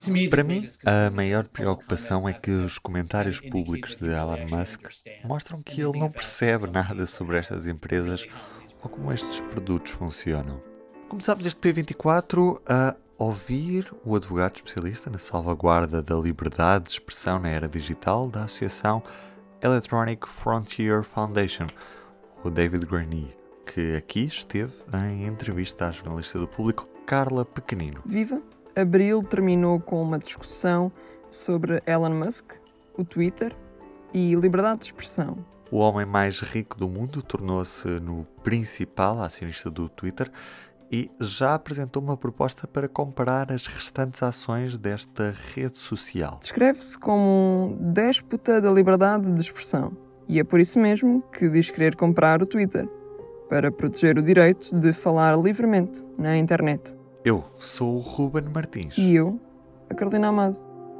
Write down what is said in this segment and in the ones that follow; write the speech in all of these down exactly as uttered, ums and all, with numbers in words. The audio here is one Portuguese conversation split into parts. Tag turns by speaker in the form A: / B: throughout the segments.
A: Para mim, a maior preocupação é que os comentários públicos de Elon Musk mostram que ele não percebe nada sobre estas empresas ou como estes produtos funcionam. Começamos este P vinte e quatro a ouvir o advogado especialista na salvaguarda da liberdade de expressão na era digital da Associação Electronic Frontier Foundation, o David Granier, que aqui esteve em entrevista à jornalista do Público, Carla Pequenino.
B: Viva! Abril terminou com uma discussão sobre Elon Musk, o Twitter e liberdade de expressão.
A: O homem mais rico do mundo tornou-se no principal acionista do Twitter e já apresentou uma proposta para comprar as restantes ações desta rede social.
B: Descreve-se como um déspota da liberdade de expressão e é por isso mesmo que diz querer comprar o Twitter, para proteger o direito de falar livremente na internet.
A: Eu sou o Ruben Martins.
B: E eu, a Carolina Amado.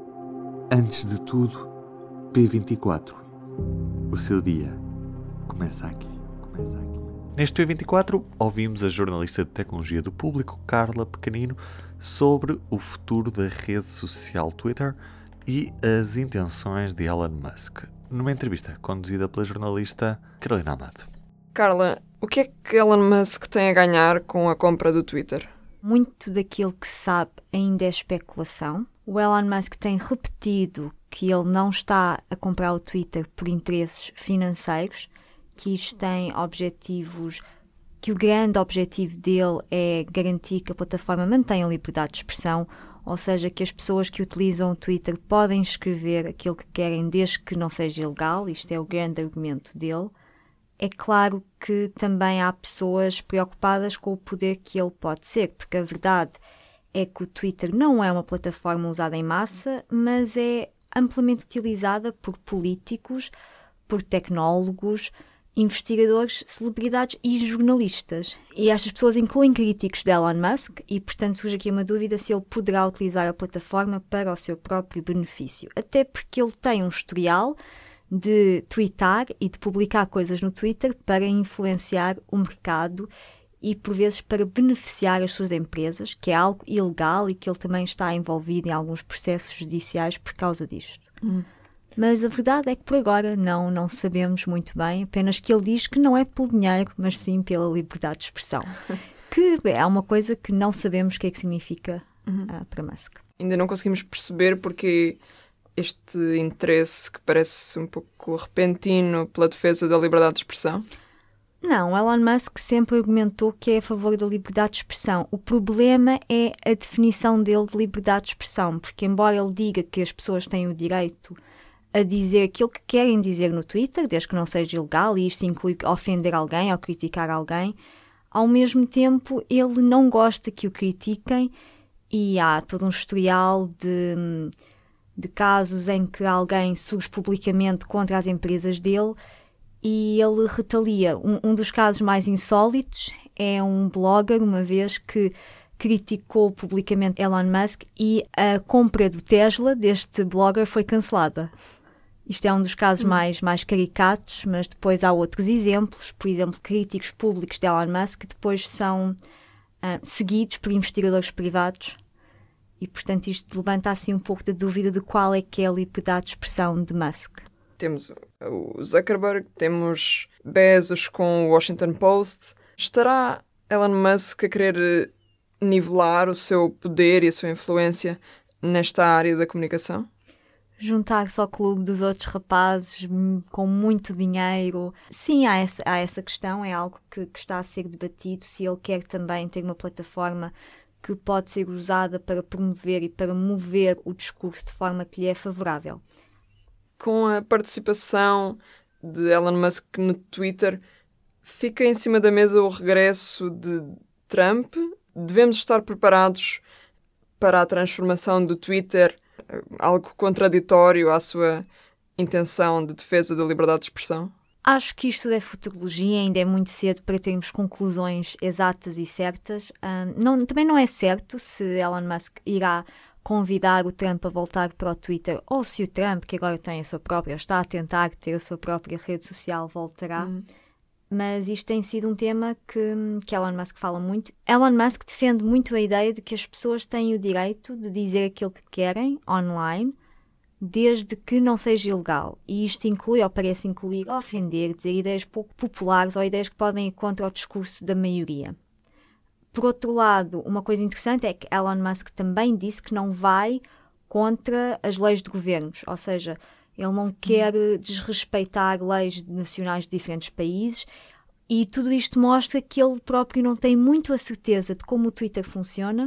A: Antes de tudo, P vinte e quatro. O seu dia começa aqui. Começa aqui. Neste P vinte e quatro, ouvimos a jornalista de tecnologia do Público, Carla Pequenino, sobre o futuro da rede social Twitter e as intenções de Elon Musk, numa entrevista conduzida pela jornalista Carolina Amado.
B: Carla, o que é que Elon Musk tem a ganhar com a compra do Twitter?
C: Muito daquilo que se sabe ainda é especulação. O Elon Musk tem repetido que ele não está a comprar o Twitter por interesses financeiros, que isto tem objetivos, que o grande objetivo dele é garantir que a plataforma mantenha a liberdade de expressão, ou seja, que as pessoas que utilizam o Twitter podem escrever aquilo que querem desde que não seja ilegal. Isto é o grande argumento dele. É claro que também há pessoas preocupadas com o poder que ele pode ser, porque a verdade é que o Twitter não é uma plataforma usada em massa, mas é amplamente utilizada por políticos, por tecnólogos, investigadores, celebridades e jornalistas. E estas pessoas incluem críticos de Elon Musk e, portanto, surge aqui uma dúvida se ele poderá utilizar a plataforma para o seu próprio benefício. Até porque ele tem um historial de tweetar e de publicar coisas no Twitter para influenciar o mercado e, por vezes, para beneficiar as suas empresas, que é algo ilegal e que ele também está envolvido em alguns processos judiciais por causa disto. Hum. Mas a verdade é que, por agora, não, não sabemos muito bem, apenas que ele diz que não é pelo dinheiro, mas sim pela liberdade de expressão. Que é uma coisa que não sabemos o que é que significa uhum. uh, para Musk.
B: Ainda não conseguimos perceber porque este interesse que parece um pouco repentino pela defesa da liberdade de expressão?
C: Não, Elon Musk sempre argumentou que é a favor da liberdade de expressão. O problema é a definição dele de liberdade de expressão, porque embora ele diga que as pessoas têm o direito a dizer aquilo que querem dizer no Twitter, desde que não seja ilegal, e isto inclui ofender alguém ou criticar alguém, ao mesmo tempo ele não gosta que o critiquem e há todo um historial de... de casos em que alguém surge publicamente contra as empresas dele e ele retalia. Um, um dos casos mais insólitos é um blogger, uma vez, que criticou publicamente Elon Musk e a compra do Tesla deste blogger foi cancelada. Isto é um dos casos hum. mais, mais caricatos, mas depois há outros exemplos, por exemplo, críticos públicos de Elon Musk que depois são uh, seguidos por investigadores privados. E, portanto, isto levanta assim um pouco de dúvida de qual é que é a liberdade de expressão de Musk.
B: Temos o Zuckerberg, temos Bezos com o Washington Post. Estará Elon Musk a querer nivelar o seu poder e a sua influência nesta área da comunicação?
C: Juntar-se ao clube dos outros rapazes com muito dinheiro. Sim, há essa, há essa questão, é algo que, que está a ser debatido, se ele quer também ter uma plataforma que pode ser usada para promover e para mover o discurso de forma que lhe é favorável.
B: Com a participação de Elon Musk no Twitter, fica em cima da mesa o regresso de Trump? Devemos estar preparados para a transformação do Twitter, algo contraditório à sua intenção de defesa da liberdade de expressão?
C: Acho que isto é futurologia, ainda é muito cedo para termos conclusões exatas e certas. Um, não, também não é certo se Elon Musk irá convidar o Trump a voltar para o Twitter ou se o Trump, que agora tem a sua própria, está a tentar ter a sua própria rede social, voltará. Hum. mas isto tem sido um tema que, que Elon Musk fala muito. Elon Musk defende muito a ideia de que as pessoas têm o direito de dizer aquilo que querem online, desde que não seja ilegal. E isto inclui, ou parece incluir, ofender, dizer ideias pouco populares ou ideias que podem ir contra o discurso da maioria. Por outro lado, uma coisa interessante é que Elon Musk também disse que não vai contra as leis de governos, ou seja, ele não quer desrespeitar leis nacionais de diferentes países, e tudo isto mostra que ele próprio não tem muito a certeza de como o Twitter funciona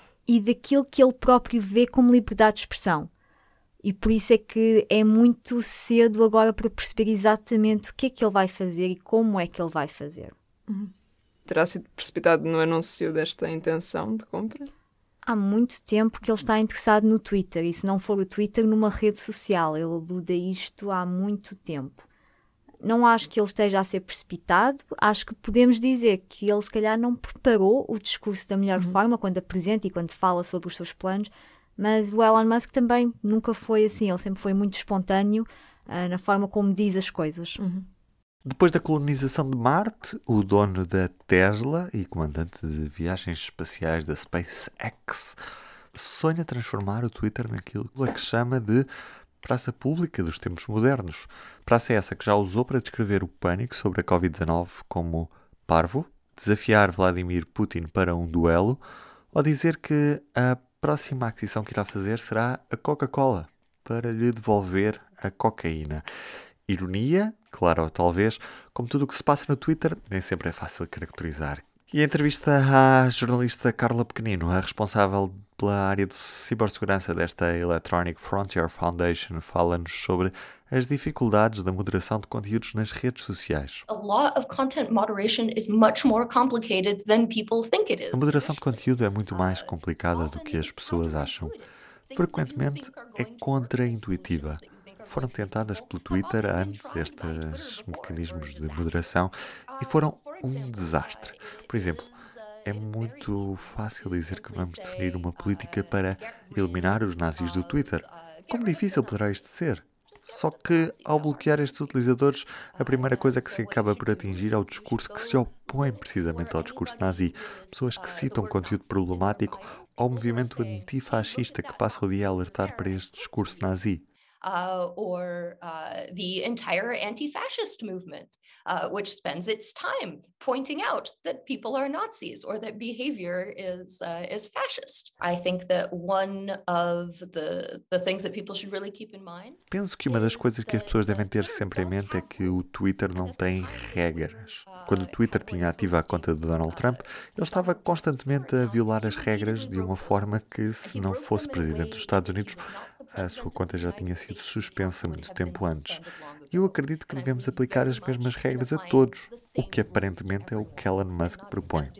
C: e daquilo que ele próprio vê como liberdade de expressão. E por isso é que é muito cedo agora para perceber exatamente o que é que ele vai fazer e como é que ele vai fazer.
B: Uhum. Terá sido precipitado no anúncio desta intenção de compra?
C: Há muito tempo que ele está interessado no Twitter, e se não for o Twitter, numa rede social. Ele alude a isto há muito tempo. Não acho que ele esteja a ser precipitado, acho que podemos dizer que ele se calhar não preparou o discurso da melhor uhum. forma quando apresenta e quando fala sobre os seus planos, mas o Elon Musk também nunca foi assim, ele sempre foi muito espontâneo uh, na forma como diz as coisas.
B: Uhum.
A: Depois da colonização de Marte, o dono da Tesla e comandante de viagens espaciais da SpaceX sonha transformar o Twitter naquilo que chama de praça pública dos tempos modernos. Praça essa que já usou para descrever o pânico sobre a covid dezanove como parvo, desafiar Vladimir Putin para um duelo ou dizer que a próxima aquisição que irá fazer será a Coca-Cola para lhe devolver a cocaína. Ironia, claro, ou talvez, como tudo o que se passa no Twitter, nem sempre é fácil caracterizar. E em entrevista à jornalista Carla Pequenino, a responsável pela área de cibersegurança desta Electronic Frontier Foundation, fala-nos sobre as dificuldades da moderação de conteúdos nas redes sociais.
D: A lot of content moderation is much more complicated than people think it is.
A: A moderação de conteúdo é muito mais complicada do que as pessoas acham. Frequentemente é contra-intuitiva. Foram tentadas pelo Twitter antes estes mecanismos de moderação e foram um desastre. Por exemplo, é muito fácil dizer que vamos definir uma política para eliminar os nazis do Twitter. Como difícil poderá isto ser? Só que, ao bloquear estes utilizadores, a primeira coisa que se acaba por atingir é o discurso que se opõe precisamente ao discurso nazi. Pessoas que citam conteúdo problemático ou movimento antifascista que passa o dia a alertar para este discurso nazi.
D: Uh, or uh, the entire anti-fascist movement, uh, which spends its time pointing out that people are Nazis or that behavior is uh, is fascist. I think that one of the the things that people should really keep in mind.
A: Penso que uma das coisas que as pessoas devem ter sempre em mente é que o Twitter não tem regras. Quando o Twitter tinha ativa a conta de Donald Trump, ele estava constantemente a violar as regras de uma forma que, se não fosse presidente dos Estados Unidos, a sua conta já tinha sido suspensa muito tempo antes. E eu acredito que devemos aplicar as mesmas regras a todos, o que aparentemente é o que Elon Musk propõe.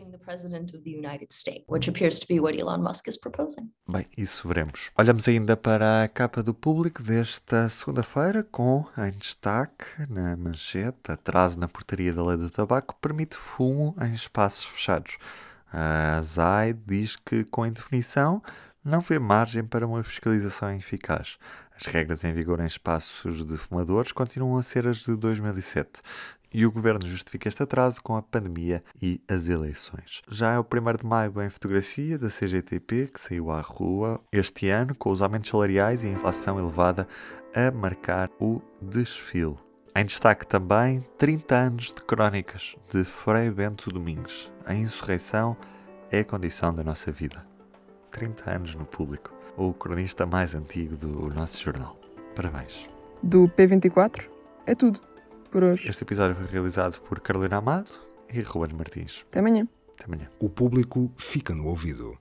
A: Bem, isso veremos. Olhamos ainda para a capa do Público desta segunda-feira, com em destaque, na manchete, atraso na portaria da lei do tabaco permite fumo em espaços fechados. A Z A I diz que, com a indefinição, não vê margem para uma fiscalização eficaz. As regras em vigor em espaços de fumadores continuam a ser as de dois mil e sete e o Governo justifica este atraso com a pandemia e as eleições. Já é o primeiro de maio em fotografia da C G T P, que saiu à rua este ano, com os aumentos salariais e a inflação elevada a marcar o desfile. Em destaque também, trinta anos de crónicas de Frei Bento Domingues. A insurreição é a condição da nossa vida. trinta anos no Público, o cronista mais antigo do nosso jornal. Parabéns.
B: Do P vinte e quatro é tudo por hoje.
A: Este episódio foi realizado por Carolina Amado e Ruben Martins.
B: Até amanhã.
A: Até amanhã.
E: O Público fica no ouvido.